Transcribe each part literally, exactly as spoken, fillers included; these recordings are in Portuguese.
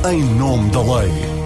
em nome da lei.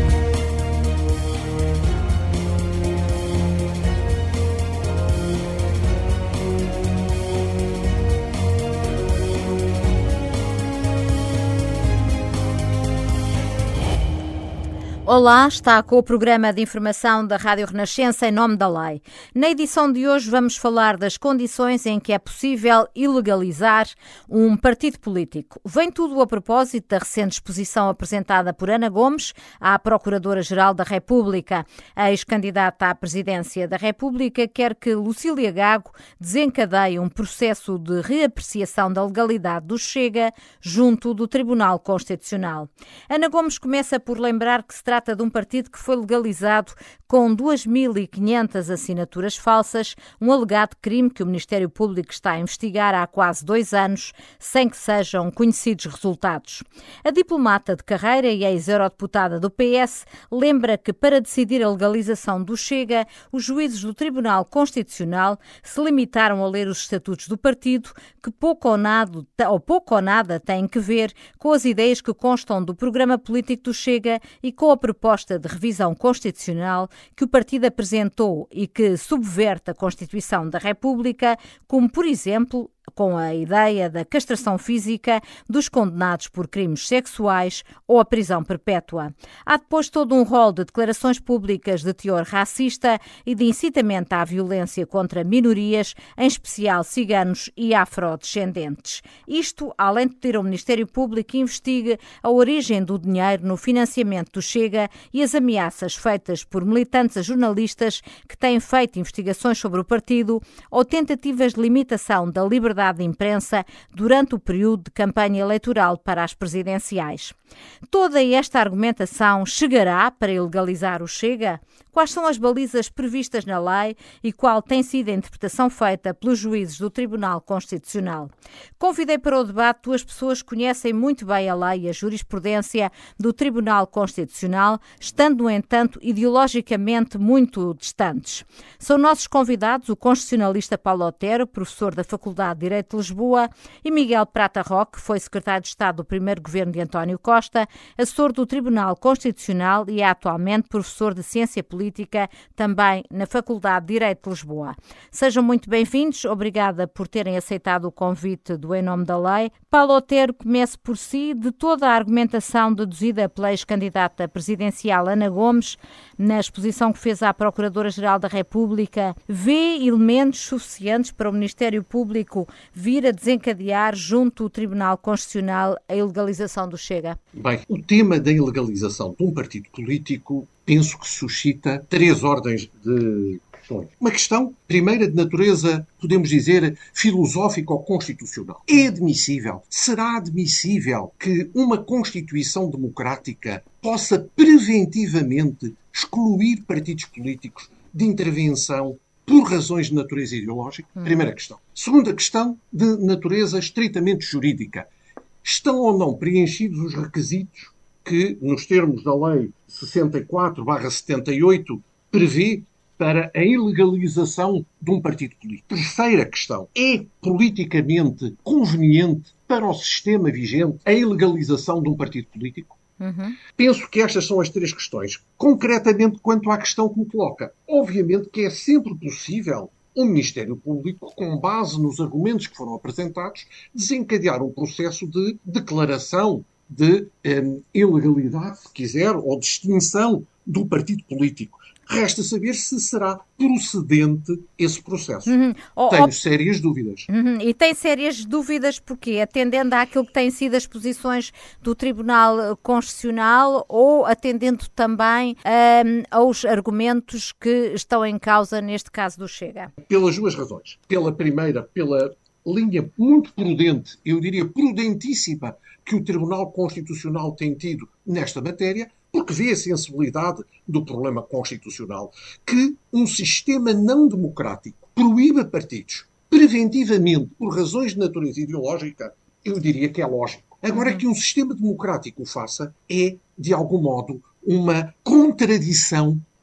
Olá, está com o programa de informação da Rádio Renascença em nome da lei. Na edição de hoje vamos falar das condições em que é possível ilegalizar um partido político. Vem tudo a propósito da recente exposição apresentada por Ana Gomes à Procuradora-Geral da República. A ex-candidata à presidência da República quer que Lucília Gago desencadeie um processo de reapreciação da legalidade do Chega junto do Tribunal Constitucional. Ana Gomes começa por lembrar que se trata Trata de um partido que foi legalizado com duas mil e quinhentas assinaturas falsas, um alegado crime que o Ministério Público está a investigar há quase dois anos, sem que sejam conhecidos resultados. A diplomata de carreira e ex-eurodeputada do P S lembra que, para decidir a legalização do Chega, os juízes do Tribunal Constitucional se limitaram a ler os estatutos do partido, que pouco ou nada, ou pouco ou nada têm que ver com as ideias que constam do programa político do Chega e com a proposta de revisão constitucional que o partido apresentou e que subverte a Constituição da República, como, por exemplo, com a ideia da castração física dos condenados por crimes sexuais ou a prisão perpétua. Há depois todo um rol de declarações públicas de teor racista e de incitamento à violência contra minorias, em especial ciganos e afrodescendentes. Isto, além de pedir ao Ministério Público que investigue a origem do dinheiro no financiamento do Chega e as ameaças feitas por militantes a jornalistas que têm feito investigações sobre o partido ou tentativas de limitação da liberdade de imprensa durante o período de campanha eleitoral para as presidenciais. Toda esta argumentação chegará para ilegalizar o Chega? Quais são as balizas previstas na lei e qual tem sido a interpretação feita pelos juízes do Tribunal Constitucional? Convidei para o debate duas pessoas que conhecem muito bem a lei e a jurisprudência do Tribunal Constitucional, estando, no entanto, ideologicamente muito distantes. São nossos convidados o constitucionalista Paulo Otero, professor da Faculdade de Direito de Lisboa, e Miguel Prata Roque, foi secretário de Estado do primeiro governo de António Costa, assessor do Tribunal Constitucional e é atualmente professor de Ciência Política, também na Faculdade de Direito de Lisboa. Sejam muito bem-vindos, obrigada por terem aceitado o convite do Em Nome da Lei. Paulo Otero, comece por si. De toda a argumentação deduzida pela ex-candidata presidencial Ana Gomes, na exposição que fez à Procuradora-Geral da República, vê elementos suficientes para o Ministério Público vir a desencadear junto ao Tribunal Constitucional a ilegalização do Chega? Bem, o tema da ilegalização de um partido político penso que suscita três ordens de questões. Uma questão, primeira, de natureza, podemos dizer, filosófica ou constitucional. É admissível, será admissível que uma Constituição democrática possa preventivamente excluir partidos políticos de intervenção por razões de natureza ideológica? Hum. Primeira questão. Segunda questão, de natureza estritamente jurídica. Estão ou não preenchidos os requisitos que, nos termos da Lei sessenta e quatro barra setenta e oito, prevê para a ilegalização de um partido político? Terceira questão. É politicamente conveniente para o sistema vigente a ilegalização de um partido político? Uhum. Penso que estas são as três questões. Concretamente, quanto à questão que me coloca, obviamente que é sempre possível o Ministério Público, com base nos argumentos que foram apresentados, desencadear um processo de declaração de um, ilegalidade, se quiser, ou de extinção do partido político. Resta saber se será procedente esse processo. Uhum. Oh, Tenho oh, sérias dúvidas. Uhum. E tem sérias dúvidas porquê? Atendendo àquilo que têm sido as posições do Tribunal Constitucional ou atendendo também um, aos argumentos que estão em causa neste caso do Chega? Pelas duas razões. Pela primeira, pela linha muito prudente, eu diria prudentíssima, que o Tribunal Constitucional tem tido nesta matéria, porque vê a sensibilidade do problema constitucional, que um sistema não democrático proíba partidos preventivamente por razões de natureza ideológica, eu diria que é lógico. Agora, que um sistema democrático o faça é, de algum modo, uma contradição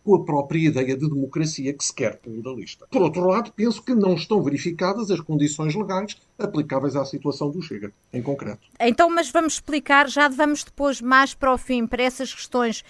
com a própria ideia de democracia que se quer pluralista. Por outro lado, penso que não estão verificadas as condições legais aplicáveis à situação do Chega, em concreto. Então, mas vamos explicar, já vamos depois mais para o fim, para essas questões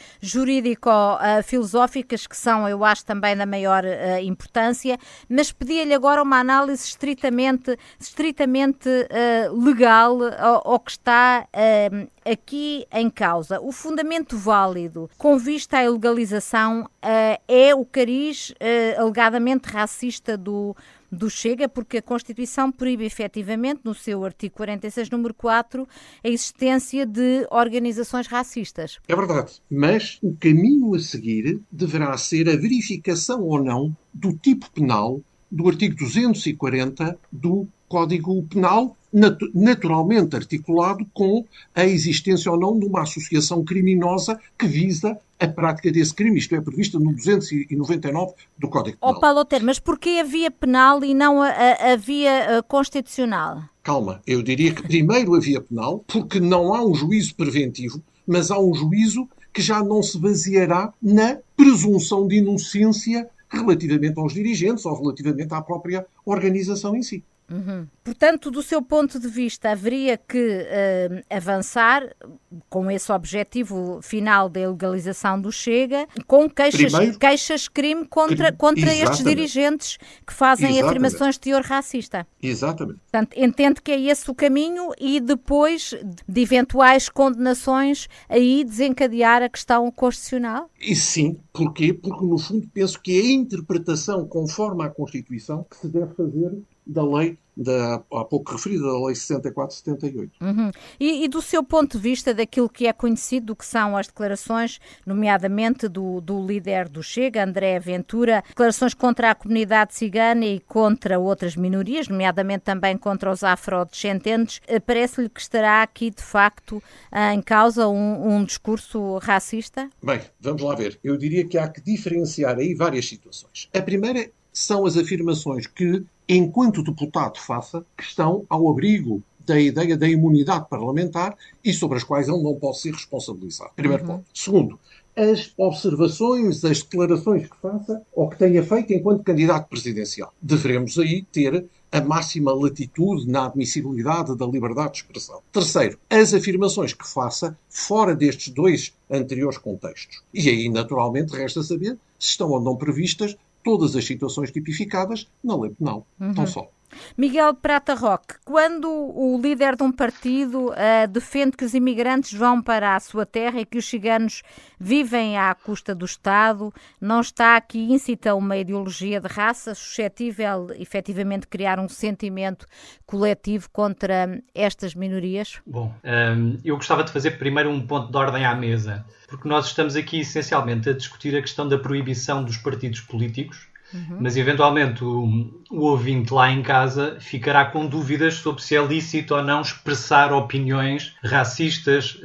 jurídico-filosóficas que são, eu acho, também da maior uh, importância, mas pedia-lhe agora uma análise estritamente, estritamente uh, legal ao, ao que está uh, aqui em causa. O fundamento válido com vista à ilegalização uh, é o cariz uh, alegadamente racista do do Chega, porque a Constituição proíbe efetivamente, no seu artigo quarenta e seis, número quatro, a existência de organizações racistas. É verdade, mas o caminho a seguir deverá ser a verificação ou não do tipo penal do artigo duzentos e quarenta do Código Penal, naturalmente articulado com a existência ou não de uma associação criminosa que visa a prática desse crime. Isto é previsto no duzentos e noventa e nove do Código Penal. Ó Paulo Otero, mas porquê a via penal e não a, a, a via constitucional? Calma, eu diria que primeiro a via penal, porque não há um juízo preventivo, mas há um juízo que já não se baseará na presunção de inocência relativamente aos dirigentes ou relativamente à própria organização em si. Uhum. Portanto, do seu ponto de vista, haveria que uh, avançar com esse objetivo final da legalização do Chega, com queixas, queixas crime contra, contra estes dirigentes que fazem Exatamente. afirmações de teor racista. Exatamente. Portanto, entende que é esse o caminho e depois de eventuais condenações aí desencadear a questão constitucional? E sim. Porquê? Porque, no fundo, penso que é a interpretação conforme à Constituição que se deve fazer da lei, da, há pouco referida, da lei sessenta e quatro setenta e oito. Uhum. E, e do seu ponto de vista, daquilo que é conhecido, do que são as declarações, nomeadamente do, do líder do Chega, André Ventura, declarações contra a comunidade cigana e contra outras minorias, nomeadamente também contra os afrodescendentes, parece-lhe que estará aqui, de facto, em causa um, um discurso racista? Bem, vamos lá ver. Eu diria que há que diferenciar aí várias situações. A primeira são as afirmações que, enquanto deputado faça, que estão ao abrigo da ideia da imunidade parlamentar e sobre as quais ele não pode ser responsabilizado. Primeiro uhum. ponto. Segundo, as observações, as declarações que faça ou que tenha feito enquanto candidato presidencial. Devemos aí ter a máxima latitude na admissibilidade da liberdade de expressão. Terceiro, as afirmações que faça fora destes dois anteriores contextos. E aí, naturalmente, resta saber se estão ou não previstas todas as situações tipificadas na lei penal. Uhum. Tão só. Miguel Prata Roque, quando o líder de um partido uh, defende que os imigrantes vão para a sua terra e que os ciganos vivem à custa do Estado, não está aqui íncita uma ideologia de raça suscetível, efetivamente, criar um sentimento coletivo contra estas minorias? Bom, um, eu gostava de fazer primeiro um ponto de ordem à mesa, porque nós estamos aqui essencialmente a discutir a questão da proibição dos partidos políticos. Uhum. Mas, eventualmente, o, o ouvinte lá em casa ficará com dúvidas sobre se é lícito ou não expressar opiniões racistas,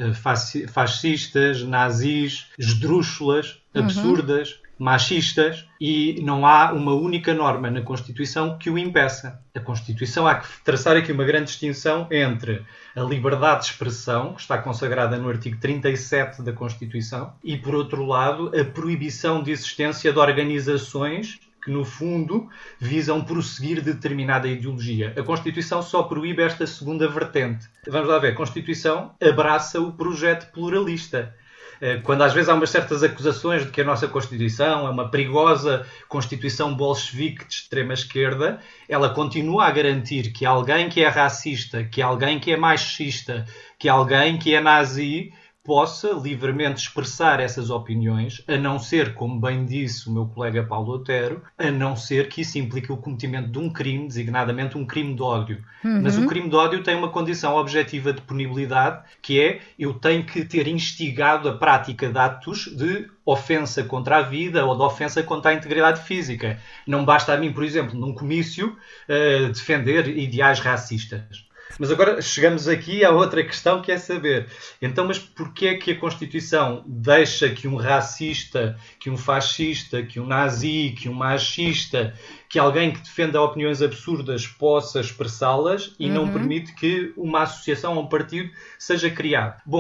fascistas, nazis, esdrúxulas, absurdas, uhum. machistas, e não há uma única norma na Constituição que o impeça. A Constituição, há que traçar aqui uma grande distinção entre a liberdade de expressão, que está consagrada no artigo trinta e sete da Constituição, e, por outro lado, a proibição de existência de organizações que, no fundo, visam prosseguir determinada ideologia. A Constituição só proíbe esta segunda vertente. Vamos lá ver, a Constituição abraça o projeto pluralista. Quando às vezes há umas certas acusações de que a nossa Constituição é uma perigosa Constituição bolchevique de extrema-esquerda, ela continua a garantir que alguém que é racista, que alguém que é machista, que alguém que é nazi possa livremente expressar essas opiniões, a não ser, como bem disse o meu colega Paulo Otero, a não ser que isso implique o cometimento de um crime, designadamente um crime de ódio. Uhum. Mas o crime de ódio tem uma condição objetiva de punibilidade, que é eu tenho que ter instigado a prática de atos de ofensa contra a vida ou de ofensa contra a integridade física. Não basta a mim, por exemplo, num comício, uh, defender ideais racistas. Mas agora chegamos aqui à outra questão, que é saber, então, mas porquê é que a Constituição deixa que um racista, que um fascista, que um nazi, que um machista, que alguém que defenda opiniões absurdas possa expressá-las e uhum. não permite que uma associação ou um partido seja criado? Bom,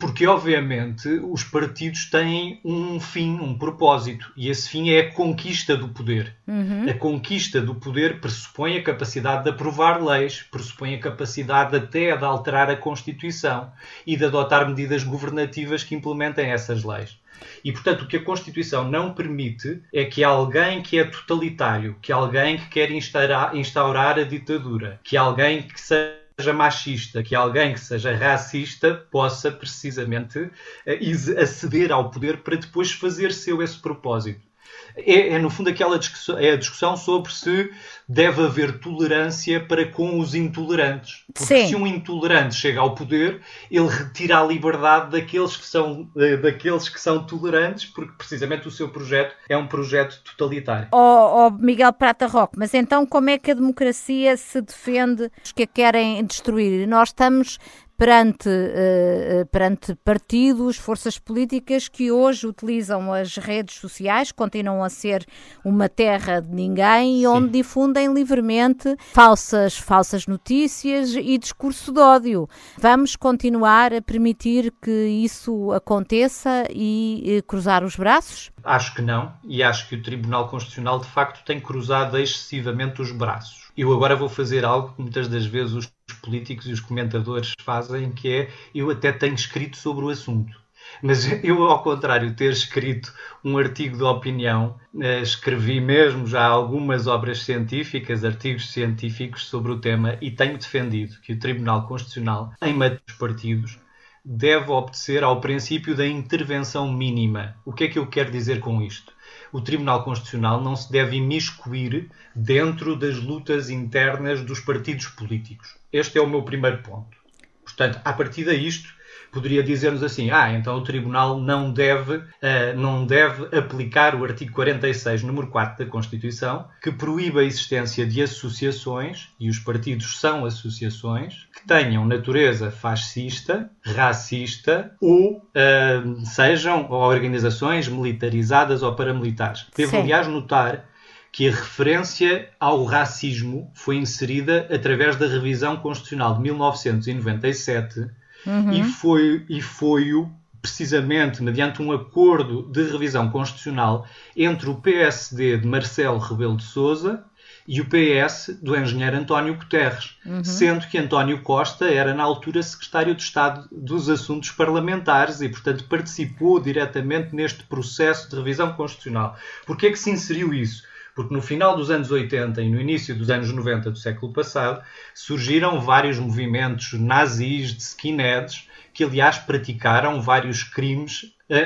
Porque, obviamente, os partidos têm um fim, um propósito, e esse fim é a conquista do poder. Uhum. A conquista do poder pressupõe a capacidade de aprovar leis, pressupõe a capacidade até de alterar a Constituição e de adotar medidas governativas que implementem essas leis. E, portanto, o que a Constituição não permite é que alguém que é totalitário, que alguém que quer instaurar, instaurar a ditadura, que alguém que seja seja machista, que alguém que seja racista possa precisamente aceder ao poder para depois fazer seu esse propósito. É, é no fundo aquela discussão, é a discussão sobre se deve haver tolerância para com os intolerantes. Porque Sim. se um intolerante chega ao poder, ele retira a liberdade daqueles que são, daqueles que são tolerantes, porque precisamente o seu projeto é um projeto totalitário. Oh, oh, Miguel Prata Roque, mas então como é que a democracia se defende os que a querem destruir? Nós estamos perante, uh, perante partidos, forças políticas que hoje utilizam as redes sociais, continuam a ser uma terra de ninguém, Sim. onde difundem livremente falsas, falsas notícias e discurso de ódio. Vamos continuar a permitir que isso aconteça e uh, cruzar os braços? Acho que não, e acho que o Tribunal Constitucional de facto tem cruzado excessivamente os braços. Eu agora vou fazer algo que muitas das vezes os políticos e os comentadores fazem, que é, eu até tenho escrito sobre o assunto. Mas eu, ao contrário de ter escrito um artigo de opinião, escrevi mesmo já algumas obras científicas, artigos científicos sobre o tema, e tenho defendido que o Tribunal Constitucional, em matéria dos partidos, deve obedecer ao princípio da intervenção mínima. O que é que eu quero dizer com isto? O Tribunal Constitucional não se deve imiscuir dentro das lutas internas dos partidos políticos. Este é o meu primeiro ponto. Portanto, a partir disto, poderia dizer-nos assim, ah, então o Tribunal não deve, uh, não deve aplicar o artigo quarenta e seis, número quatro da Constituição, que proíbe a existência de associações, e os partidos são associações, que tenham natureza fascista, racista ou uh, sejam organizações militarizadas ou paramilitares. Devo, aliás, notar que a referência ao racismo foi inserida através da revisão constitucional de mil novecentos e noventa e sete, Uhum. E foi, e foi-o precisamente mediante um acordo de revisão constitucional entre o P S D de Marcelo Rebelo de Sousa e o P S do engenheiro António Guterres, uhum. sendo que António Costa era na altura secretário de Estado dos Assuntos Parlamentares e, portanto, participou diretamente neste processo de revisão constitucional. Porquê é que se inseriu isso? Porque no final dos anos oitenta e no início dos anos noventa do século passado surgiram vários movimentos nazis, de skinheads, que aliás praticaram vários crimes,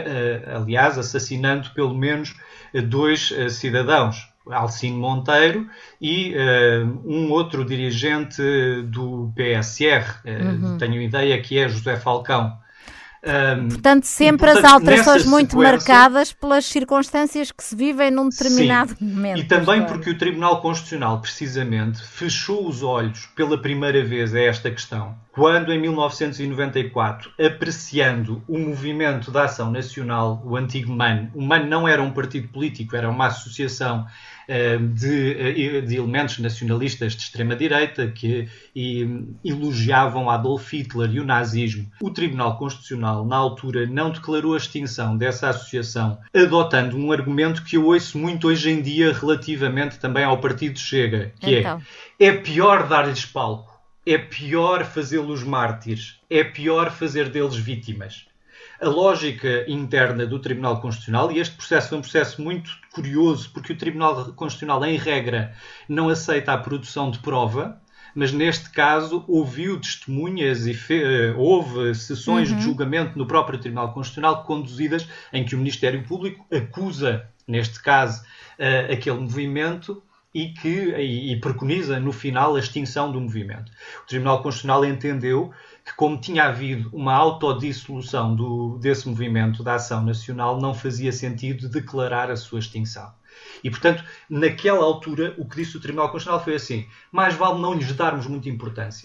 aliás assassinando pelo menos dois cidadãos, Alcino Monteiro e um outro dirigente do P S R, uhum. tenho ideia que é José Falcão. Um, portanto, sempre e, portanto, as alterações muito marcadas pelas circunstâncias que se vivem num determinado sim, momento. E também porque o Tribunal Constitucional, precisamente, fechou os olhos pela primeira vez a esta questão, quando em mil novecentos e noventa e quatro, apreciando o Movimento de Ação Nacional, o antigo M A N, o M A N não era um partido político, era uma associação De, de elementos nacionalistas de extrema-direita que e, elogiavam Adolf Hitler e o nazismo. O Tribunal Constitucional, na altura, não declarou a extinção dessa associação, adotando um argumento que eu ouço muito hoje em dia relativamente também ao Partido Chega, que então. é, é pior dar-lhes palco, é pior fazê-los mártires, é pior fazer deles vítimas. A lógica interna do Tribunal Constitucional, e este processo foi um processo muito curioso, porque o Tribunal Constitucional, em regra, não aceita a produção de prova, mas neste caso ouviu testemunhas e fe... houve sessões uhum. de julgamento no próprio Tribunal Constitucional conduzidas em que o Ministério Público acusa, neste caso, uh, aquele movimento e, que, e, e preconiza, no final, a extinção do movimento. O Tribunal Constitucional entendeu que, como tinha havido uma autodissolução do, desse movimento da ação nacional, não fazia sentido declarar a sua extinção. E, portanto, naquela altura, o que disse o Tribunal Constitucional foi assim, mais vale não lhes darmos muita importância.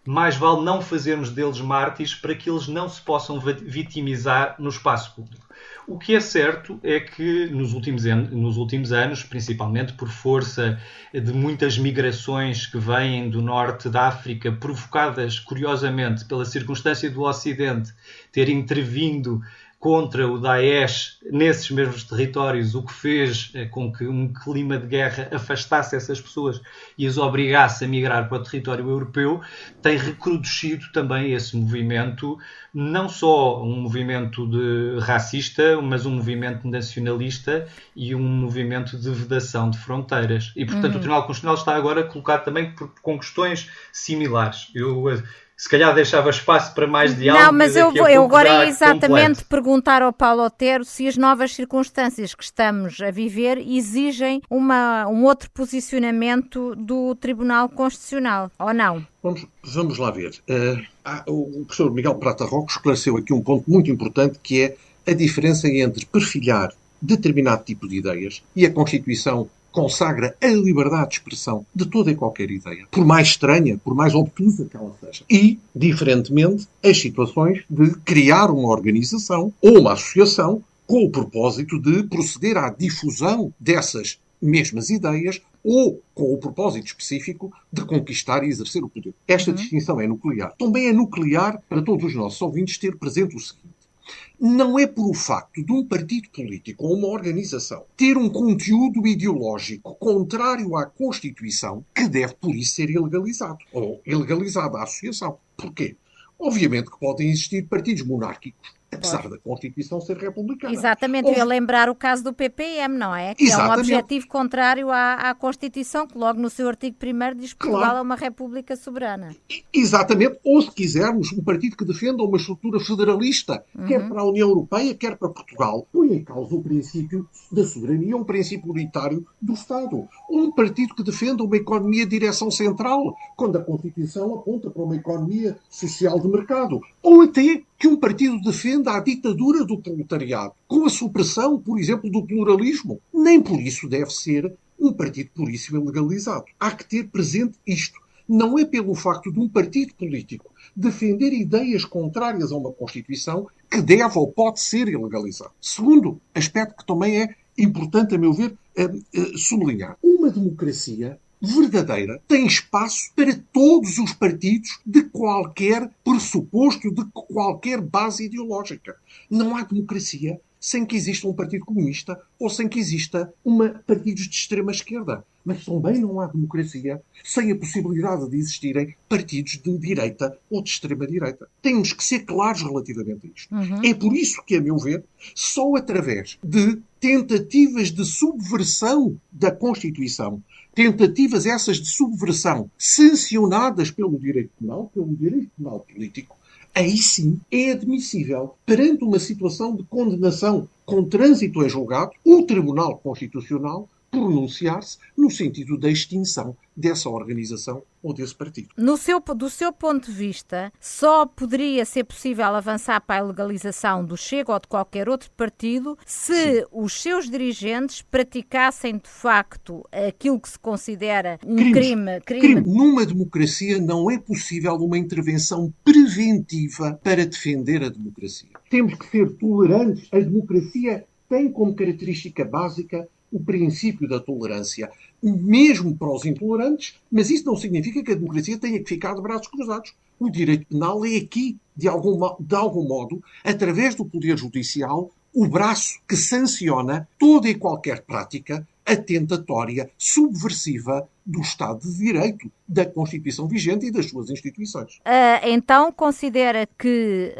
mais vale não fazermos deles mártires para que eles não se possam vitimizar no espaço público. O que é certo é que nos últimos, anos, nos últimos anos, principalmente por força de muitas migrações que vêm do norte da África, provocadas, curiosamente, pela circunstância do Ocidente ter intervindo contra o Daesh nesses mesmos territórios, o que fez com que um clima de guerra afastasse essas pessoas e as obrigasse a migrar para o território europeu, tem recrudescido também esse movimento, não só um movimento de racista, mas um movimento nacionalista e um movimento de vedação de fronteiras. E, portanto, uhum. o Tribunal Constitucional está agora colocado também por, com questões similares. Eu... Se calhar deixava espaço para mais diálogo. Não, mas eu, vou, eu agora ia exatamente completo. perguntar ao Paulo Otero se as novas circunstâncias que estamos a viver exigem uma, um outro posicionamento do Tribunal Constitucional, ou não? Vamos, vamos lá ver. Uh, ah, o professor Miguel Prata Roque esclareceu aqui um ponto muito importante, que é a diferença entre perfilhar determinado tipo de ideias e a Constituição consagra a liberdade de expressão de toda e qualquer ideia, por mais estranha, por mais obtusa que ela seja. E, diferentemente, as situações de criar uma organização ou uma associação com o propósito de proceder à difusão dessas mesmas ideias ou com o propósito específico de conquistar e exercer o poder. Esta uhum. distinção é nuclear. Também é nuclear para todos os nossos ouvintes ter presente o seguinte. Não é por o facto de um partido político ou uma organização ter um conteúdo ideológico contrário à Constituição que deve, por isso, ser ilegalizado. Ou ilegalizada a associação. Porquê? Obviamente que podem existir partidos monárquicos, apesar da Constituição ser republicana. Exatamente, Ou... eu ia lembrar o caso do P P M, não é? Que Exatamente. é um objetivo contrário à, à Constituição, que logo no seu artigo primeiro diz que Portugal claro. é uma república soberana. Exatamente, ou se quisermos, um partido que defenda uma estrutura federalista, uhum. quer para a União Europeia, quer para Portugal, põe em causa o princípio da soberania, um princípio unitário do Estado. Ou um partido que defenda uma economia de direção central, quando a Constituição aponta para uma economia social de mercado. Ou até que um partido defenda a ditadura do proletariado, com a supressão, por exemplo, do pluralismo. Nem por isso deve ser um partido por isso ilegalizado. Há que ter presente isto. Não é pelo facto de um partido político defender ideias contrárias a uma Constituição que deve ou pode ser ilegalizado. Segundo aspecto que também é importante, a meu ver, sublinhar. Uma democracia verdadeira tem espaço para todos os partidos de qualquer pressuposto, de qualquer base ideológica. Não há democracia sem que exista um partido comunista ou sem que exista uma partidos de extrema-esquerda. Mas também não há democracia sem a possibilidade de existirem partidos de direita ou de extrema-direita. Temos que ser claros relativamente a isto. Uhum. É por isso que, a meu ver, só através de tentativas de subversão da Constituição, tentativas essas de subversão sancionadas pelo direito penal, pelo direito penal político, aí sim é admissível, perante uma situação de condenação com trânsito em julgado, o Tribunal Constitucional pronunciar-se no sentido da extinção dessa organização ou desse partido. No seu, do seu ponto de vista, só poderia ser possível avançar para a legalização do Chega ou de qualquer outro partido se Sim. os seus dirigentes praticassem de facto aquilo que se considera um Crimes. crime, crime. crime. Numa democracia não é possível uma intervenção preventiva para defender a democracia. Temos que ser tolerantes. A democracia tem como característica básica o princípio da tolerância, mesmo para os intolerantes, mas isso não significa que a democracia tenha que ficar de braços cruzados. O direito penal é aqui, de algum, de algum modo, através do Poder Judicial, o braço que sanciona toda e qualquer prática atentatória, subversiva do Estado de Direito, da Constituição vigente e das suas instituições. Uh, então, considera que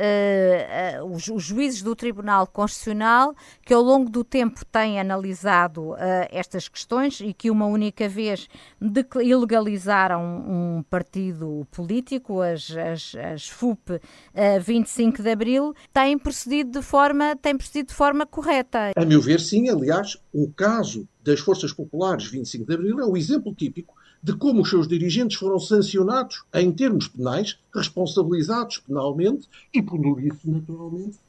uh, uh, os, os juízes do Tribunal Constitucional, que ao longo do tempo têm analisado uh, estas questões e que uma única vez de, ilegalizaram um partido político, as, as, as F U P uh, vinte e cinco de Abril, têm procedido de forma, têm procedido de forma correta? A meu ver, sim. Aliás, o caso das Forças Populares vinte e cinco de Abril é o exemplo típico de como os seus dirigentes foram sancionados em termos penais, responsabilizados penalmente e, por isso, naturalmente,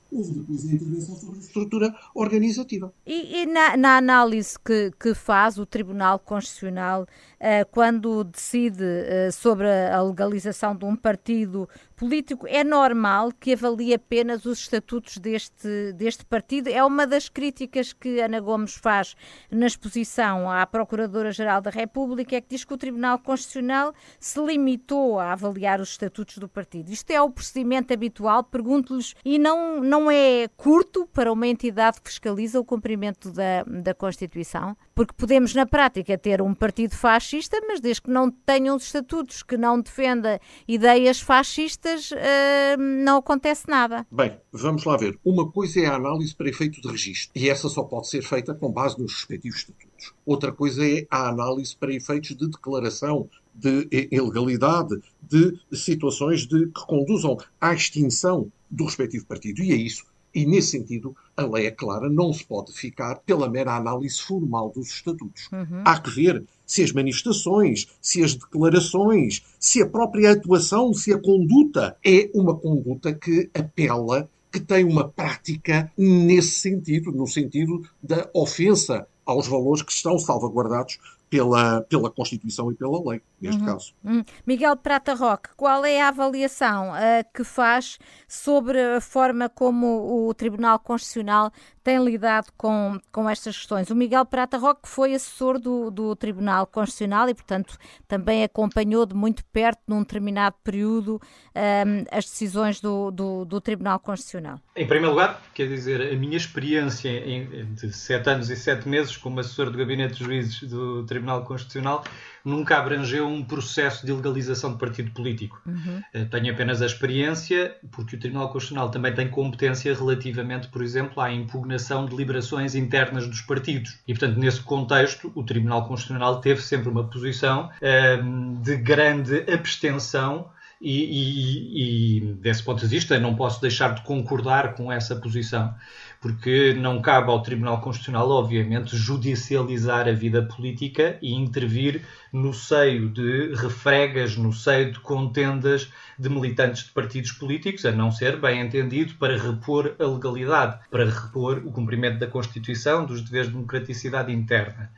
houve depois a intervenção sobre a estrutura organizativa. E, e na, na análise que, que faz o Tribunal Constitucional, uh, quando decide uh, sobre a legalização de um partido político, é normal que avalie apenas os estatutos deste, deste partido? É uma das críticas que Ana Gomes faz na exposição à Procuradora-Geral da República, é que diz que o Tribunal Constitucional se limitou a avaliar os estatutos do partido. Isto é o procedimento habitual? Pergunto-lhes, e não, não é curto para uma entidade que fiscaliza o cumprimento da, da Constituição? Porque podemos, na prática, ter um partido fascista, mas desde que não tenham os estatutos, que não defenda ideias fascistas, uh, não acontece nada. Bem, vamos lá ver. Uma coisa é a análise para efeito de registro, e essa só pode ser feita com base nos respectivos estatutos. Outra coisa é a análise para efeitos de declaração de ilegalidade, de situações de, que conduzam à extinção do respectivo partido. E é isso. E, nesse sentido, a lei é clara, não se pode ficar pela mera análise formal dos estatutos. Uhum. Há que ver se as manifestações, se as declarações, se a própria atuação, se a conduta é uma conduta que apela, que tem uma prática nesse sentido, no sentido da ofensa aos valores que estão salvaguardados pela, pela Constituição e pela lei, neste uhum. caso. Uhum. Miguel Prata Roque, qual é a avaliação uh, que faz sobre a forma como o Tribunal Constitucional tem lidado com, com estas questões? O Miguel Prata Roque foi assessor do, do Tribunal Constitucional e, portanto, também acompanhou de muito perto, num determinado período, um, as decisões do, do, do Tribunal Constitucional. Em primeiro lugar, quer dizer, a minha experiência em, de sete anos e sete meses como assessor do Gabinete de Juízes do Tribunal Constitucional nunca abrangeu um processo de legalização de partido político. Uhum. Tenho apenas a experiência, porque o Tribunal Constitucional também tem competência relativamente, por exemplo, à impugnação de deliberações internas dos partidos. E, portanto, nesse contexto, o Tribunal Constitucional teve sempre uma posição um, de grande abstenção. E, e, e, desse ponto de vista, não posso deixar de concordar com essa posição, porque não cabe ao Tribunal Constitucional, obviamente, judicializar a vida política e intervir no seio de refregas, no seio de contendas de militantes de partidos políticos, a não ser, bem entendido, para repor a legalidade, para repor o cumprimento da Constituição, dos deveres de democraticidade interna.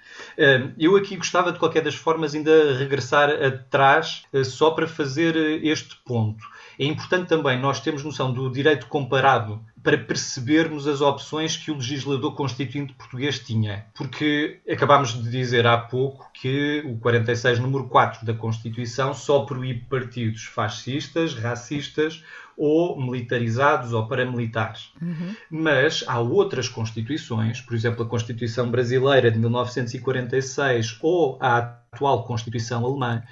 Eu aqui gostava, de qualquer das formas, ainda regressar atrás, só para fazer este ponto. É importante também nós termos noção do direito comparado para percebermos as opções que o legislador constituinte português tinha. Porque acabámos de dizer há pouco que o quarenta e seis, número quatro da Constituição, só proíbe partidos fascistas, racistas ou militarizados ou paramilitares. Uhum. Mas há outras constituições, por exemplo, a Constituição Brasileira de mil novecentos e quarenta e seis ou a atual Constituição Alemã,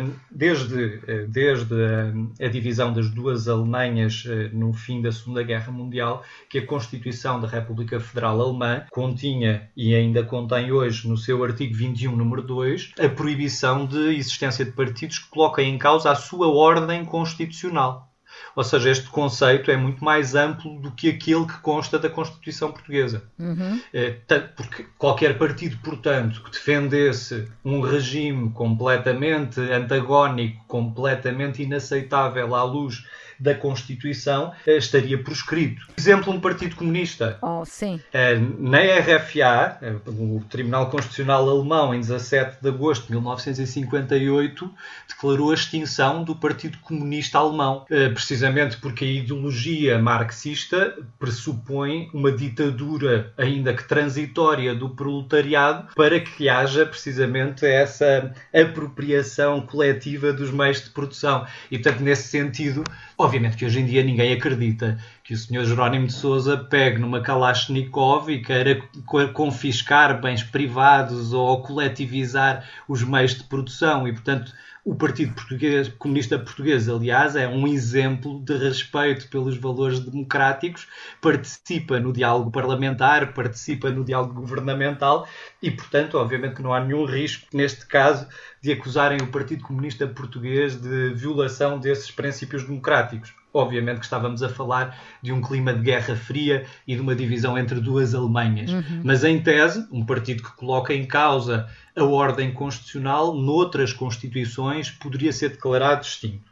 desde, desde a divisão das duas Alemanhas no fim da Segunda Guerra Mundial, que a Constituição da República Federal Alemã continha e ainda contém hoje no seu artigo vinte e um, número dois, a proibição de existência de partidos que coloquem em causa a sua ordem constitucional. Ou seja, este conceito é muito mais amplo do que aquele que consta da Constituição Portuguesa. Uhum. Porque qualquer partido, portanto, que defendesse um regime completamente antagónico, completamente inaceitável à luz da Constituição, estaria proscrito. Por exemplo, um partido comunista. Oh, sim. Na R F A, o Tribunal Constitucional Alemão, em dezassete de agosto de mil novecentos e cinquenta e oito, declarou a extinção do Partido Comunista Alemão, precisamente porque a ideologia marxista pressupõe uma ditadura, ainda que transitória, do proletariado, para que haja precisamente essa apropriação coletiva dos meios de produção. E, portanto, nesse sentido, obviamente que hoje em dia ninguém acredita que o senhor Jerónimo de Sousa pegue numa Kalashnikov e queira confiscar bens privados ou coletivizar os meios de produção. E, portanto, o Partido Português, Comunista Português, aliás, é um exemplo de respeito pelos valores democráticos, participa no diálogo parlamentar, participa no diálogo governamental e, portanto, obviamente que não há nenhum risco, neste caso, de acusarem o Partido Comunista Português de violação desses princípios democráticos. Obviamente que estávamos a falar de um clima de Guerra Fria e de uma divisão entre duas Alemanhas. Uhum. Mas, em tese, um partido que coloca em causa a ordem constitucional, noutras constituições, poderia ser declarado extinto.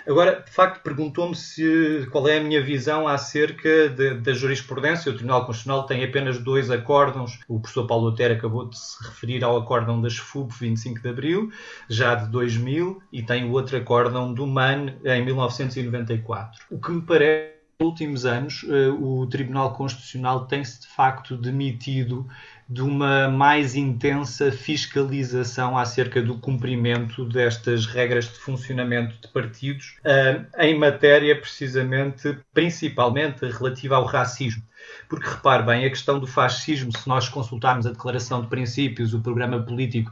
Agora, de facto, perguntou-me se, qual é a minha visão acerca de, da jurisprudência. O Tribunal Constitucional tem apenas dois acórdãos. O professor Paulo Otero acabou de se referir ao acórdão das F U B vinte e cinco de Abril, já de dois mil, e tem o outro acórdão do M A N em mil novecentos e noventa e quatro. O que me parece, nos últimos anos, o Tribunal Constitucional tem-se de facto demitido de uma mais intensa fiscalização acerca do cumprimento destas regras de funcionamento de partidos, em matéria, precisamente, principalmente relativa ao racismo. Porque, repare bem, a questão do fascismo, se nós consultarmos a Declaração de Princípios, o programa político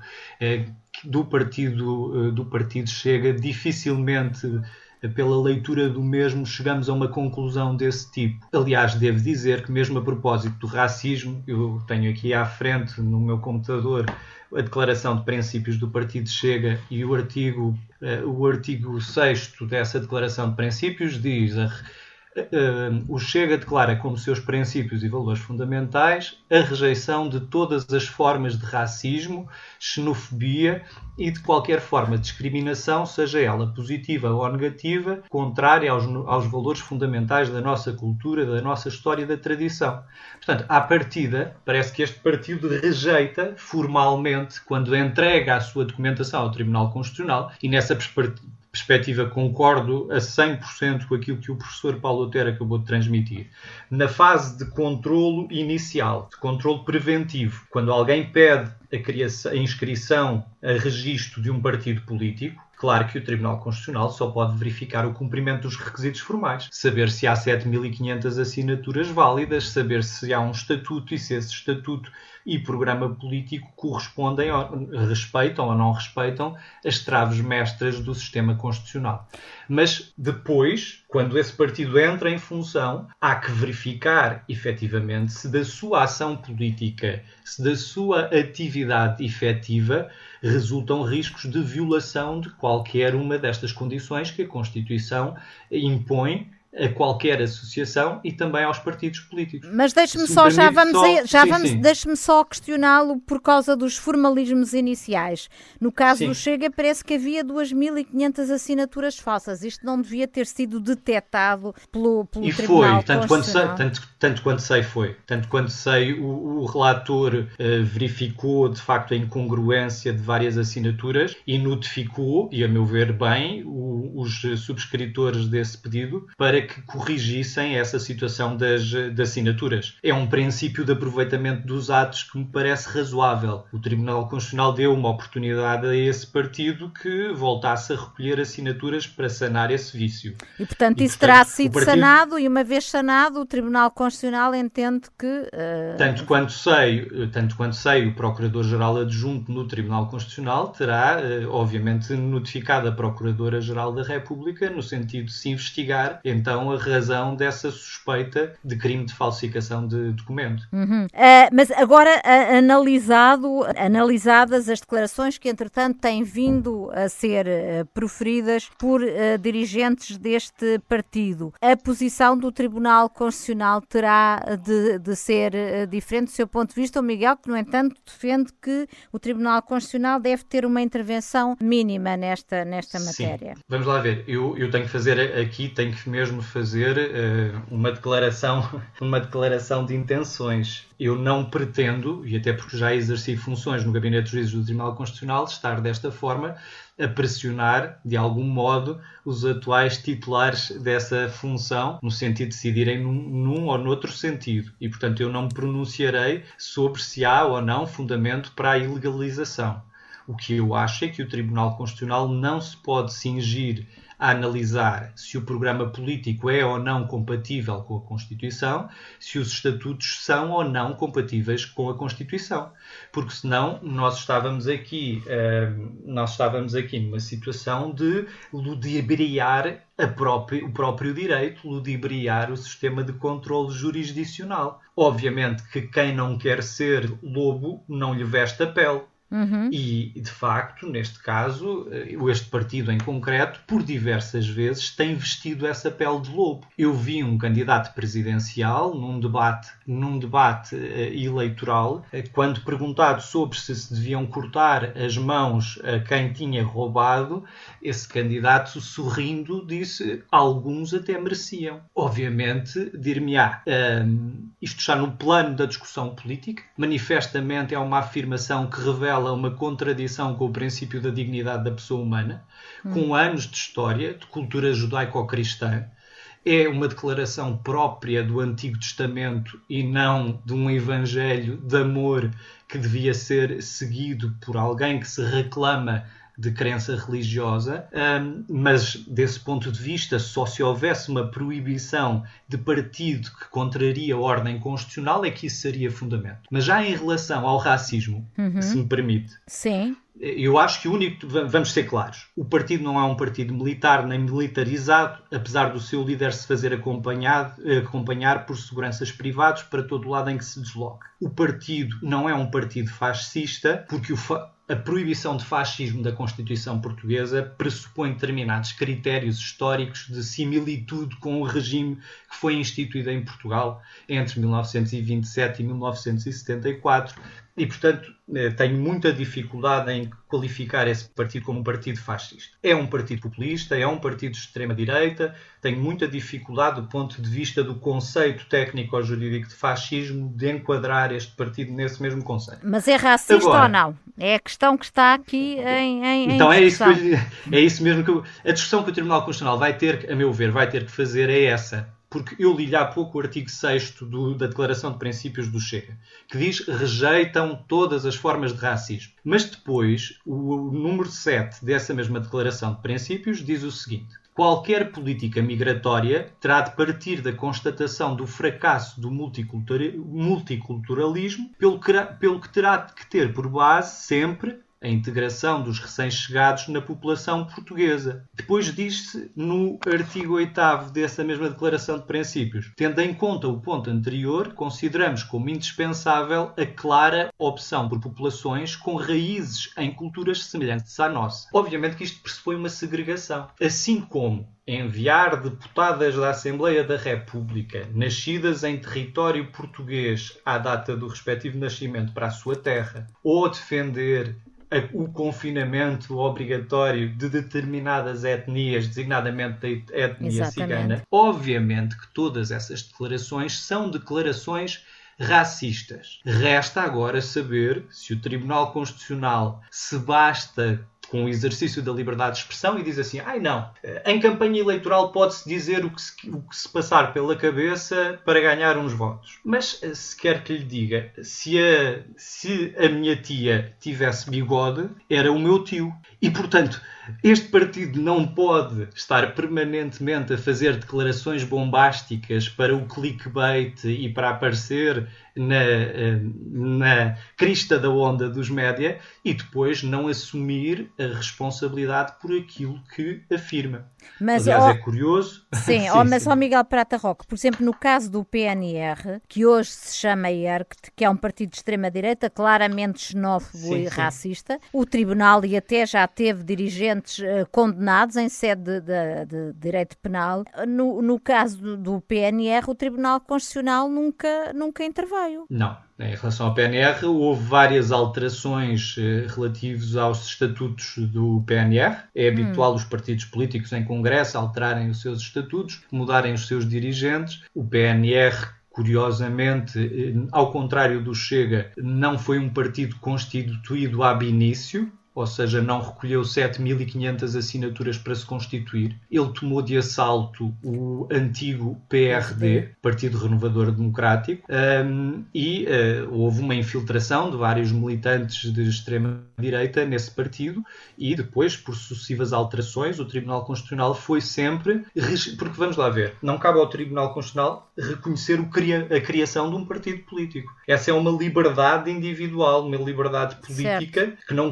do partido, do partido Chega, dificilmente, pela leitura do mesmo, chegamos a uma conclusão desse tipo. Aliás, devo dizer que mesmo a propósito do racismo, eu tenho aqui à frente no meu computador a Declaração de Princípios do Partido Chega e o artigo, o artigo sexto dessa Declaração de Princípios diz: a, Uh, o Chega declara como seus princípios e valores fundamentais a rejeição de todas as formas de racismo, xenofobia e de qualquer forma de discriminação, seja ela positiva ou negativa, contrária aos, aos valores fundamentais da nossa cultura, da nossa história e da tradição. Portanto, à partida, parece que este partido rejeita formalmente, quando entrega a sua documentação ao Tribunal Constitucional, e nessa perspectiva perspectiva, concordo a cem por cento com aquilo que o professor Paulo Otero acabou de transmitir. Na fase de controlo inicial, de controlo preventivo, quando alguém pede a, criação, a inscrição a registro de um partido político, claro que o Tribunal Constitucional só pode verificar o cumprimento dos requisitos formais, saber se há sete mil e quinhentas assinaturas válidas, saber se há um estatuto e se esse estatuto e programa político correspondem, ou, respeitam ou não respeitam as traves mestras do sistema constitucional. Mas depois, quando esse partido entra em função, há que verificar efetivamente se da sua ação política, se da sua atividade efetiva, resultam riscos de violação de qualquer uma destas condições que a Constituição impõe a qualquer associação e também aos partidos políticos. Mas deixe-me só, já vamos, só... A, já sim, vamos, deixe-me só questioná-lo por causa dos formalismos iniciais. No caso sim. do Chega, parece que havia duas mil e quinhentas assinaturas falsas. Isto não devia ter sido detectado pelo, pelo e Tribunal foi, tanto quanto sei, tanto, tanto quanto sei foi. Tanto quanto sei, o, o relator uh, verificou de facto a incongruência de várias assinaturas e notificou, e a meu ver bem, o, os subscritores desse pedido para que corrigissem essa situação das, das assinaturas. É um princípio de aproveitamento dos atos que me parece razoável. O Tribunal Constitucional deu uma oportunidade a esse partido que voltasse a recolher assinaturas para sanar esse vício. E, portanto, e, isso portanto, terá sido partido... sanado e, uma vez sanado, o Tribunal Constitucional entende que... Uh... Tanto quanto sei, tanto quanto sei, o Procurador-Geral Adjunto no Tribunal Constitucional terá, uh, obviamente, notificado a Procuradora-Geral da República no sentido de se investigar, então, a razão dessa suspeita de crime de falsificação de documento. Uhum. Uh, mas agora, uh, analisado, analisadas as declarações que, entretanto, têm vindo a ser uh, proferidas por uh, dirigentes deste partido, a posição do Tribunal Constitucional terá de, de ser uh, diferente do seu ponto de vista? O Miguel, que, no entanto, defende que o Tribunal Constitucional deve ter uma intervenção mínima nesta, nesta matéria. Sim. Vamos lá ver. Eu, eu tenho que fazer aqui, tenho que mesmo fazer uh, uma declaração, uma declaração de intenções. Eu não pretendo, e até porque já exerci funções no Gabinete de Juízes do Tribunal Constitucional, estar desta forma a pressionar, de algum modo, os atuais titulares dessa função, no sentido de decidirem num, num ou noutro sentido. E, portanto, eu não me pronunciarei sobre se há ou não fundamento para a ilegalização. O que eu acho é que o Tribunal Constitucional não se pode cingir a analisar se o programa político é ou não compatível com a Constituição, se os estatutos são ou não compatíveis com a Constituição. Porque senão nós estávamos aqui, uh, nós estávamos aqui numa situação de ludibriar a própria, o próprio direito, ludibriar o sistema de controle jurisdicional. Obviamente que quem não quer ser lobo não lhe veste a pele. Uhum. E, de facto, neste caso, este partido em concreto, por diversas vezes, tem vestido essa pele de lobo. Eu vi um candidato presidencial num debate, num debate uh, eleitoral, uh, quando perguntado sobre se se deviam cortar as mãos a quem tinha roubado, esse candidato, sorrindo, disse alguns até mereciam. Obviamente, dir-me-á, uh, isto está no plano da discussão política, manifestamente é uma afirmação que revela uma contradição com o princípio da dignidade da pessoa humana, hum. com anos de história, de cultura judaico-cristã. É uma declaração própria do Antigo Testamento e não de um evangelho de amor que devia ser seguido por alguém que se reclama de crença religiosa, um, mas desse ponto de vista, só se houvesse uma proibição de partido que contraria a ordem constitucional é que isso seria fundamento. Mas já em relação ao racismo, uhum. se me permite, sim. eu acho que o único, vamos ser claros, o partido não é um partido militar nem militarizado, apesar do seu líder se fazer acompanhar, acompanhar por seguranças privados para todo o lado em que se desloca. O partido não é um partido fascista, porque o fa a proibição de fascismo da Constituição Portuguesa pressupõe determinados critérios históricos de similitude com o regime que foi instituído em Portugal entre mil novecentos e vinte e sete e mil novecentos e setenta e quatro e, portanto, tenho muita dificuldade em qualificar esse partido como um partido fascista. É um partido populista, é um partido de extrema-direita, tenho muita dificuldade do ponto de vista do conceito técnico-jurídico de fascismo de enquadrar este partido nesse mesmo conceito. Mas é racista Agora, ou não? É a questão que está aqui em, em Então em é isso, que eu, é isso mesmo que eu, a discussão que o Tribunal Constitucional vai ter, a meu ver, vai ter que fazer é essa. Porque eu li-lhe há pouco o artigo sexto do, da Declaração de Princípios do Chega, que diz rejeitam todas as formas de racismo. Mas depois, o, o número sete dessa mesma Declaração de Princípios diz o seguinte: qualquer política migratória terá de partir da constatação do fracasso do multiculturalismo, pelo que, pelo que terá de ter por base sempre a integração dos recém-chegados na população portuguesa. Depois diz-se no artigo oitavo dessa mesma Declaração de Princípios: tendo em conta o ponto anterior, consideramos como indispensável a clara opção por populações com raízes em culturas semelhantes à nossa. Obviamente que isto pressupõe uma segregação. Assim como enviar deputadas da Assembleia da República nascidas em território português à data do respectivo nascimento para a sua terra, ou defender o confinamento obrigatório de determinadas etnias, designadamente da etnia Exatamente. cigana, obviamente que todas essas declarações são declarações racistas. Resta agora saber se o Tribunal Constitucional se basta com o exercício da liberdade de expressão e diz assim: ai não, em campanha eleitoral pode-se dizer o que, se, o que se passar pela cabeça para ganhar uns votos. Mas se quer que lhe diga, se a, se a minha tia tivesse bigode, era o meu tio. E, portanto, este partido não pode estar permanentemente a fazer declarações bombásticas para o clickbait e para aparecer na, na crista da onda dos média e depois não assumir a responsabilidade por aquilo que afirma. Mas, Aliás, oh, é curioso... Sim, sim, oh, mas, ó, Miguel Prata Roque, por exemplo, no caso do P N R, que hoje se chama I E R C T, que é um partido de extrema-direita, claramente xenófobo sim, e sim. racista, o Tribunal e até já teve dirigentes uh, condenados em sede de, de, de direito penal. No, no caso do, do P N R, o Tribunal Constitucional nunca, nunca interveio. Não. Em relação ao P N R, houve várias alterações eh, relativas aos estatutos do P N R. É habitual hum. os partidos políticos em Congresso alterarem os seus estatutos, mudarem os seus dirigentes. O P N R, curiosamente, eh, ao contrário do Chega, não foi um partido constituído ab início, ou seja, não recolheu sete mil e quinhentas assinaturas para se constituir. Ele tomou de assalto o antigo P R D, Partido Renovador Democrático, um, e uh, houve uma infiltração de vários militantes de extrema-direita nesse partido e depois, por sucessivas alterações, o Tribunal Constitucional foi sempre... Porque, vamos lá ver, não cabe ao Tribunal Constitucional reconhecer o cria... a criação de um partido político. Essa é uma liberdade individual, uma liberdade política certo. Que não cabe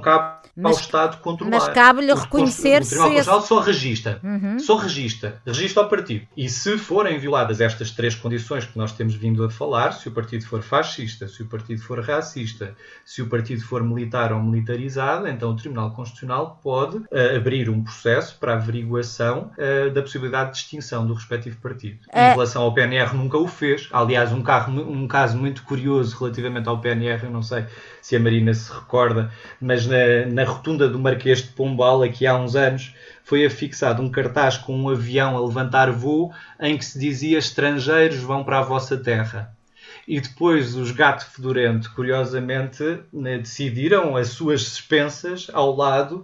mas, ao Estado controlar. Mas cabe-lhe reconhecer se... O Tribunal Constitucional só registra. Uhum. Só registra. Registra ao partido. E se forem violadas estas três condições que nós temos vindo a falar, se o partido for fascista, se o partido for racista, se o partido for militar ou militarizado, então o Tribunal Constitucional pode uh, abrir um processo para averiguação uh, da possibilidade de extinção do respectivo partido. É. Em relação ao P N R, nunca o fez. Aliás, um, carro, um caso muito curioso relativamente ao P N R, eu não sei se a Marina se recorda, mas na, na rotunda do Marquês de Pombal, aqui há uns anos, foi afixado um cartaz com um avião a levantar voo em que se dizia: estrangeiros vão para a vossa terra. E depois os Gato Fedorento, curiosamente, decidiram, às suas expensas, ao lado,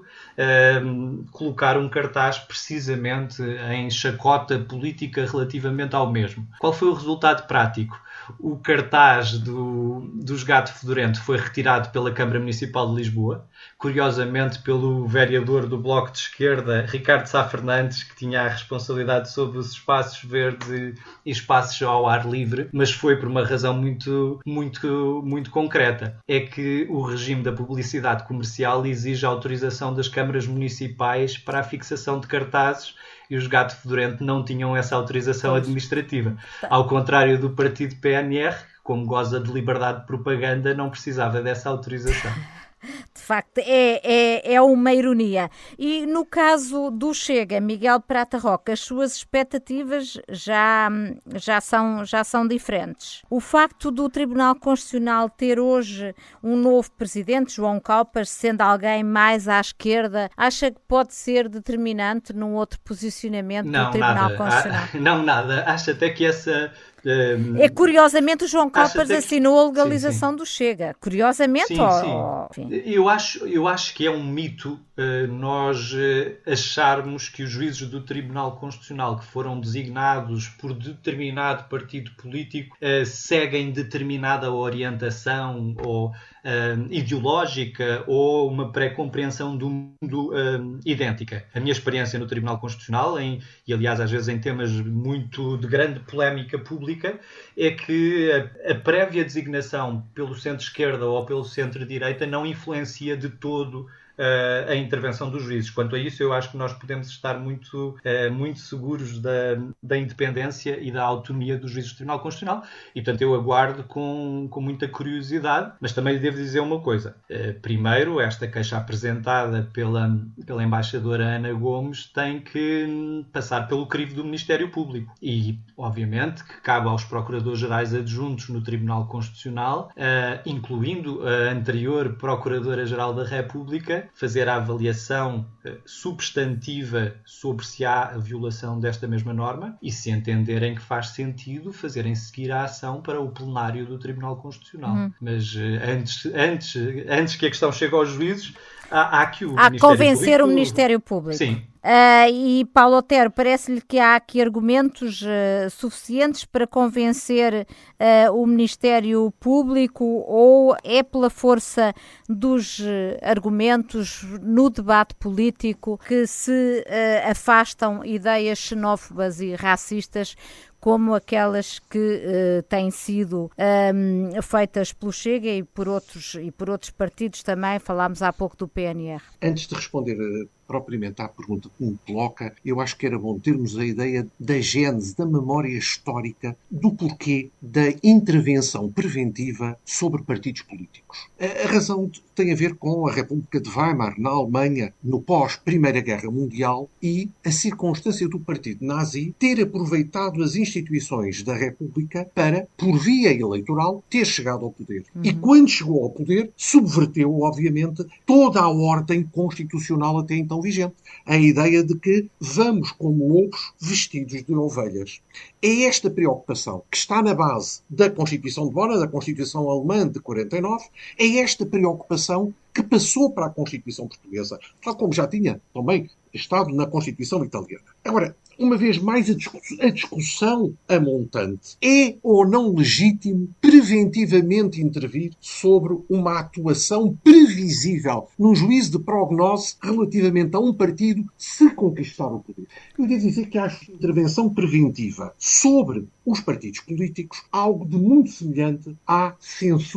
um, colocar um cartaz precisamente em chacota política relativamente ao mesmo. Qual foi o resultado prático? O cartaz do, dos Gato Fedorento foi retirado pela Câmara Municipal de Lisboa, curiosamente pelo vereador do Bloco de Esquerda, Ricardo Sá Fernandes, que tinha a responsabilidade sobre os espaços verdes e espaços ao ar livre, mas foi por uma razão muito, muito, muito concreta. É que o regime da publicidade comercial exige a autorização das câmaras municipais para a fixação de cartazes, e os Gato Fedorento não tinham essa autorização administrativa. Ao contrário do partido P N R, que, como goza de liberdade de propaganda, não precisava dessa autorização. De facto, é, é, é uma ironia. E no caso do Chega, Miguel Prata Roca, as suas expectativas já, já, são, já são diferentes. O facto do Tribunal Constitucional ter hoje um novo presidente, João Calpas, sendo alguém mais à esquerda, acha que pode ser determinante num outro posicionamento não, do Tribunal nada. Constitucional? Ah, não, nada. Acho até que essa... Um, é curiosamente o João Calpas assinou a legalização sim, sim. do Chega. Curiosamente? Sim, ou, sim. Ou, eu, acho, eu acho que é um mito uh, nós uh, acharmos que os juízes do Tribunal Constitucional que foram designados por determinado partido político uh, seguem determinada orientação ou uh, ideológica ou uma pré-compreensão do mundo uh, idêntica. A minha experiência no Tribunal Constitucional, em, e aliás às vezes em temas muito de grande polémica pública, é que a, a prévia designação pelo centro-esquerda ou pelo centro-direita não influencia de todo uh, a intervenção dos juízes. Quanto a isso, eu acho que nós podemos estar muito, uh, muito seguros da, da independência e da autonomia dos juízes do Tribunal Constitucional e, portanto, eu aguardo com, com muita curiosidade, mas também lhe devo dizer uma coisa. Uh, primeiro, esta queixa apresentada pela, pela embaixadora Ana Gomes tem que passar pelo crivo do Ministério Público e, obviamente, que cabe aos procuradores-gerais adjuntos no Tribunal Constitucional, uh, incluindo a anterior Procuradora-Geral da República, fazer a avaliação uh, substantiva sobre se há a violação desta mesma norma e, se entenderem que faz sentido, fazerem seguir a ação para o plenário do Tribunal Constitucional. Uhum. Mas uh, antes, antes, antes que a questão chegue aos juízes, há, há que o há Ministério convencer Público... o Ministério Público. Sim. Uh, e Paulo Otero, parece-lhe que há aqui argumentos uh, suficientes para convencer uh, o Ministério Público ou é pela força dos uh, argumentos no debate político que se uh, afastam ideias xenófobas e racistas como aquelas que uh, têm sido um, feitas pelo Chega e por, outros, e por outros partidos também? Falámos há pouco do P N R. Antes de responder uh, propriamente à pergunta que me coloca, eu acho que era bom termos a ideia da gênese, da memória histórica, do porquê da intervenção preventiva sobre partidos políticos. A, a razão tem a ver com a República de Weimar, na Alemanha, no pós-Primeira Guerra Mundial, e a circunstância do partido nazi ter aproveitado as instituições da República para, por via eleitoral, ter chegado ao poder. Uhum. E quando chegou ao poder, subverteu, obviamente, toda a ordem constitucional até então vigente. A ideia de que vamos como lobos vestidos de ovelhas. É esta preocupação que está na base da Constituição de Bona, da Constituição Alemã de quarenta e nove, é esta preocupação que passou para a Constituição Portuguesa, tal como já tinha também estado na Constituição Italiana. Agora, uma vez mais, a discussão, a discussão a montante. É ou não legítimo preventivamente intervir sobre uma atuação previsível num juízo de prognose relativamente a um partido se conquistar o poder? Eu devo dizer que acho intervenção preventiva sobre os partidos políticos algo de muito semelhante à censura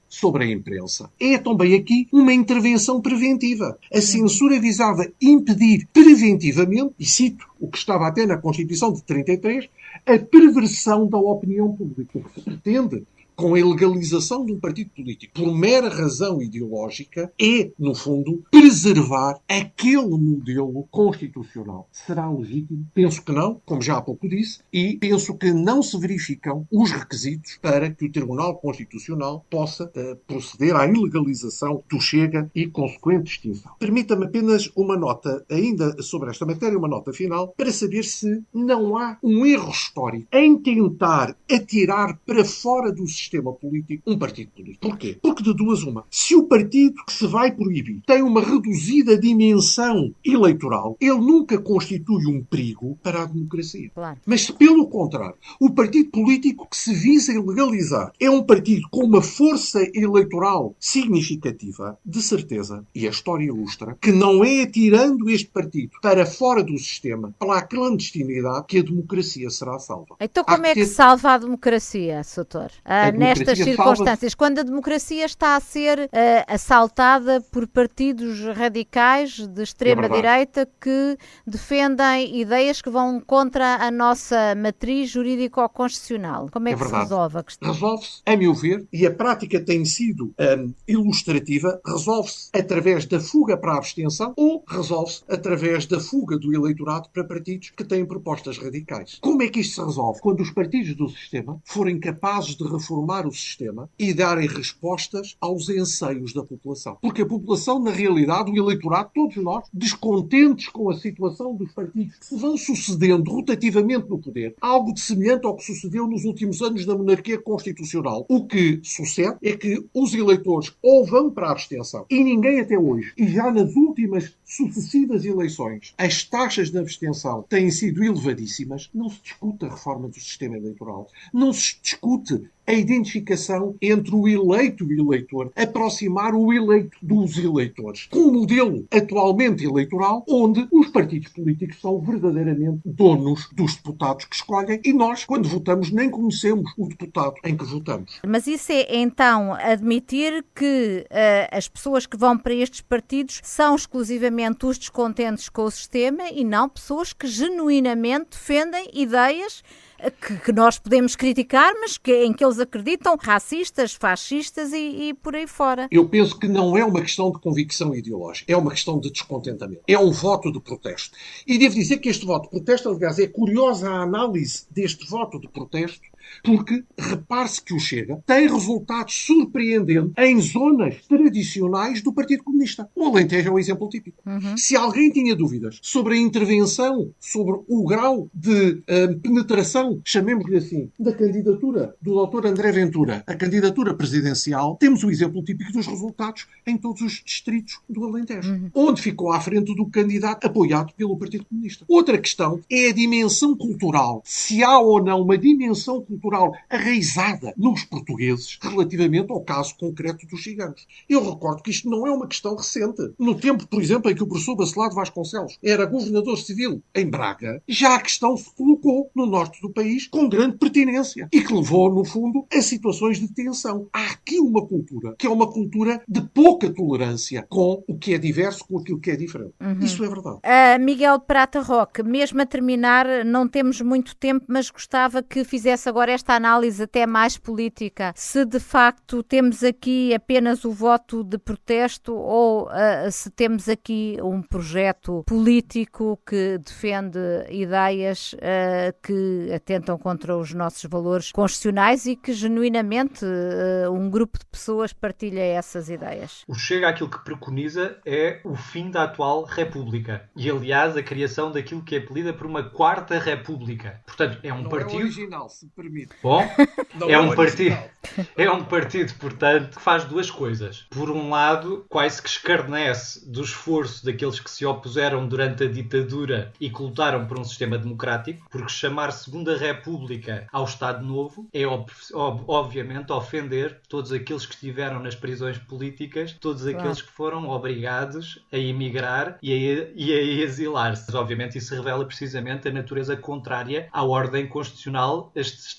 sobre a imprensa. É também aqui uma intervenção preventiva. A censura visava impedir preventivamente, e cito o que estava até na Constituição de trinta e três, a perversão da opinião pública. O que se pretende com a ilegalização de um partido político por mera razão ideológica é, no fundo, preservar aquele modelo constitucional. Será legítimo? Penso que não, como já há pouco disse, e penso que não se verificam os requisitos para que o Tribunal Constitucional possa uh, proceder à ilegalização do Chega e consequente extinção. Permita-me apenas uma nota, ainda sobre esta matéria, uma nota final, para saber se não há um erro histórico em tentar atirar para fora do sistema sistema político, um partido político. Porquê? Porque de duas uma. Se o partido que se vai proibir tem uma reduzida dimensão eleitoral, ele nunca constitui um perigo para a democracia. Claro. Mas se, pelo contrário, o partido político que se visa legalizar é um partido com uma força eleitoral significativa, de certeza, e a história ilustra, que não é atirando este partido para fora do sistema, pela clandestinidade, que a democracia será salva. Então como é que se salva a democracia, doutor? Uh, nestas circunstâncias, quando a democracia está a ser uh, assaltada por partidos radicais de extrema-direita é que defendem ideias que vão contra a nossa matriz jurídico-constitucional. Como é, é que verdade. se resolve a questão? Resolve-se, a meu ver, e a prática tem sido um, ilustrativa, resolve-se através da fuga para a abstenção ou resolve-se através da fuga do eleitorado para partidos que têm propostas radicais. Como é que isto se resolve? Quando os partidos do sistema forem capazes de reformar o sistema e darem respostas aos anseios da população. Porque a população, na realidade, o eleitorado, todos nós, descontentes com a situação dos partidos que se vão sucedendo rotativamente no poder, algo de semelhante ao que sucedeu nos últimos anos na monarquia constitucional. O que sucede é que os eleitores ou vão para a abstenção, e ninguém até hoje, e já nas últimas sucessivas eleições, as taxas de abstenção têm sido elevadíssimas, não se discute a reforma do sistema eleitoral, não se discute a identificação entre o eleito e o eleitor, aproximar o eleito dos eleitores, com um modelo atualmente eleitoral onde os partidos políticos são verdadeiramente donos dos deputados que escolhem e nós, quando votamos, nem conhecemos o deputado em que votamos. Mas isso é, então, admitir que uh, as pessoas que vão para estes partidos são exclusivamente os descontentes com o sistema e não pessoas que genuinamente defendem ideias Que, que nós podemos criticar, mas que, em que eles acreditam, racistas, fascistas e, e por aí fora. Eu penso que não é uma questão de convicção ideológica, é uma questão de descontentamento. É um voto de protesto. E devo dizer que este voto de protesto, aliás, é curiosa a análise deste voto de protesto, porque repare-se que o Chega tem resultados surpreendentes em zonas tradicionais do Partido Comunista. O Alentejo é um exemplo típico. Uhum. Se alguém tinha dúvidas sobre a intervenção, sobre o grau de uh, penetração, chamemos-lhe assim, da candidatura do doutor André Ventura, a candidatura presidencial, temos o exemplo típico dos resultados em todos os distritos do Alentejo, uhum. onde ficou à frente do candidato apoiado pelo Partido Comunista. Outra questão é a dimensão cultural. Se há ou não uma dimensão cultural cultural arraizada nos portugueses relativamente ao caso concreto dos ciganos. Eu recordo que isto não é uma questão recente. No tempo, por exemplo, em que o professor Bacelar de Vasconcelos era governador civil em Braga, já a questão se colocou no norte do país com grande pertinência e que levou, no fundo, a situações de tensão. Há aqui uma cultura que é uma cultura de pouca tolerância com o que é diverso, com aquilo que é diferente. Uhum. Isso é verdade. Uh, Miguel Prata Roque, mesmo a terminar, não temos muito tempo, mas gostava que fizesse agora esta análise até mais política. Se de facto temos aqui apenas o voto de protesto ou uh, se temos aqui um projeto político que defende ideias uh, que atentam contra os nossos valores constitucionais e que genuinamente uh, um grupo de pessoas partilha essas ideias. O Chega aquilo que preconiza é o fim da atual República e, aliás, a criação daquilo que é apelida por uma Quarta República. Portanto, é um Não partido... É original, se permite. Bom, Não é, é um partido, original. é um partido, portanto, que faz duas coisas. Por um lado, quase que escarnece do esforço daqueles que se opuseram durante a ditadura e que lutaram por um sistema democrático, porque chamar Segunda República ao Estado Novo é, ob- ob- obviamente, ofender todos aqueles que estiveram nas prisões políticas, todos claro. aqueles que foram obrigados a emigrar e a, e a exilar-se. Mas, obviamente, isso revela precisamente a natureza contrária à ordem constitucional estabelecida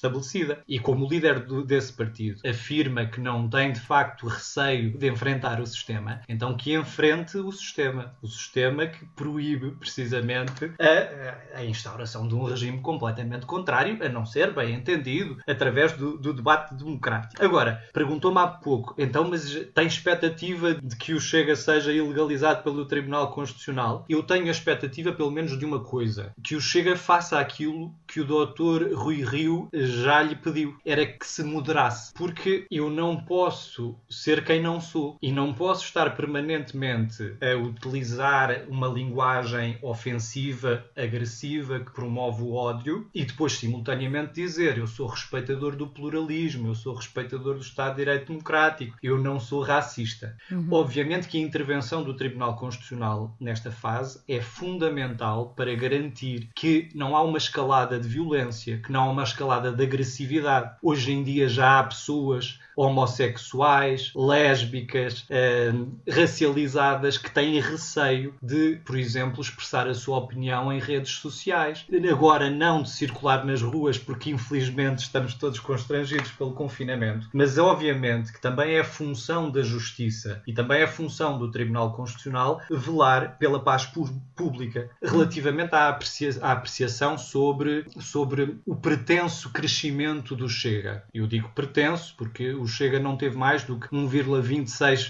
estabelecida. E como o líder do, desse partido afirma que não tem, de facto, receio de enfrentar o sistema, então que enfrente o sistema. O sistema que proíbe, precisamente, a, a instauração de um regime completamente contrário, a não ser bem entendido, através do, do debate democrático. Agora, perguntou-me há pouco, então, mas tem expectativa de que o Chega seja ilegalizado pelo Tribunal Constitucional? Eu tenho a expectativa, pelo menos, de uma coisa, que o Chega faça aquilo que o doutor Rui Rio já lhe pediu, era que se moderasse, porque eu não posso ser quem não sou e não posso estar permanentemente a utilizar uma linguagem ofensiva, agressiva, que promove o ódio e depois simultaneamente dizer eu sou respeitador do pluralismo, eu sou respeitador do Estado de Direito Democrático, eu não sou racista. Uhum. Obviamente que a intervenção do Tribunal Constitucional nesta fase é fundamental para garantir que não há uma escalada de violência, que não há uma escalada de agressividade. Hoje em dia já há pessoas homossexuais, lésbicas, eh, racializadas, que têm receio de, por exemplo, expressar a sua opinião em redes sociais. Agora não de circular nas ruas, porque infelizmente estamos todos constrangidos pelo confinamento, mas obviamente que também é função da Justiça e também é função do Tribunal Constitucional velar pela paz pública relativamente à, aprecia- à apreciação sobre, sobre o pretenso crescimento do Chega. Eu digo pretenso porque o Chega não teve mais do que um vírgula vinte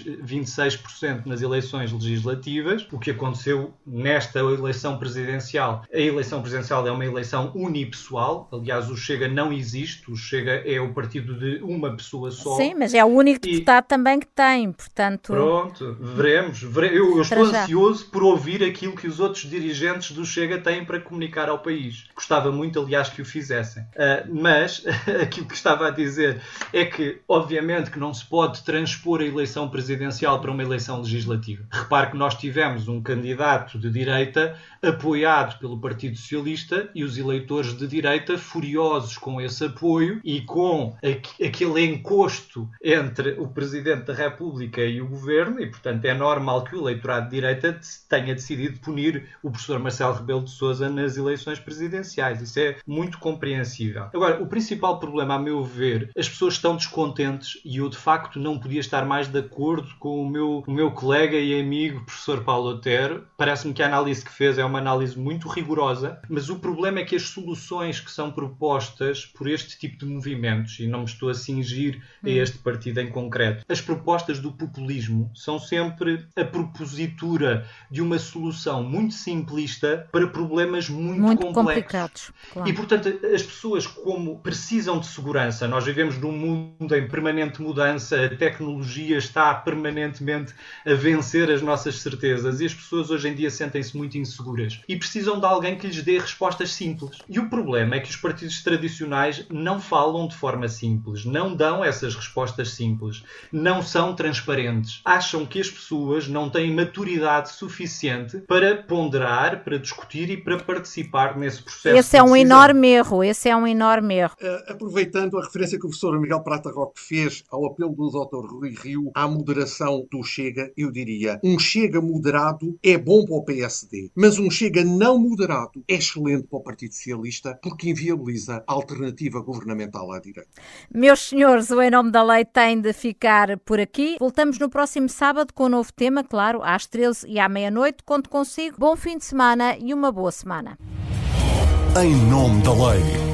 e seis por cento nas eleições legislativas. O que aconteceu nesta eleição presidencial, a eleição presidencial é uma eleição unipessoal. Aliás, o Chega não existe. O Chega é o partido de uma pessoa só. Sim, mas é o único e... deputado também que tem, portanto... Pronto, veremos. Vere... Eu, eu estou ansioso por ouvir aquilo que os outros dirigentes do Chega têm para comunicar ao país. Gostava muito, aliás, que o fizessem. Uh, mas aquilo que estava a dizer é que, obviamente, que não se pode transpor a eleição presidencial para uma eleição legislativa. Repare que nós tivemos um candidato de direita apoiado pelo Partido Socialista e os eleitores de direita furiosos com esse apoio e com aquele encosto entre o Presidente da República e o Governo, e, portanto, é normal que o eleitorado de direita tenha decidido punir o professor Marcelo Rebelo de Sousa nas eleições presidenciais. Isso é muito compreensível. Agora, o principal problema, a meu ver, as pessoas estão descontentes e eu, de facto, não podia estar mais de acordo com o meu, o meu colega e amigo, professor Paulo Otero. Parece-me que a análise que fez é uma análise muito rigorosa, mas o problema é que as soluções que são propostas por este tipo de movimentos, e não me estou a cingir a este partido em concreto, as propostas do populismo são sempre a propositura de uma solução muito simplista para problemas muito, muito complexos. complicados. Claro. E, portanto, as pessoas, como precisam de segurança, nós vivemos num mundo em permanente mudança, a tecnologia está permanentemente a vencer as nossas certezas e as pessoas hoje em dia sentem-se muito inseguras e precisam de alguém que lhes dê respostas simples. E o problema é que os partidos tradicionais não falam de forma simples, não dão essas respostas simples, não são transparentes. Acham que as pessoas não têm maturidade suficiente para ponderar, para discutir e para participar nesse processo. Esse é um enorme erro, esse é um enorme erro. Uh, aproveitando a referência que o professor Miguel Prata Roque fez ao apelo do doutor Rui Rio à moderação do Chega, eu diria, um Chega moderado é bom para o P S D, mas um Chega não moderado é excelente para o Partido Socialista porque inviabiliza a alternativa governamental à direita. Meus senhores, o Em Nome da Lei tem de ficar por aqui. Voltamos no próximo sábado com um novo tema, claro, às treze e à meia-noite. Conto consigo. Bom fim de semana e uma boa semana. Em Nome da Lei.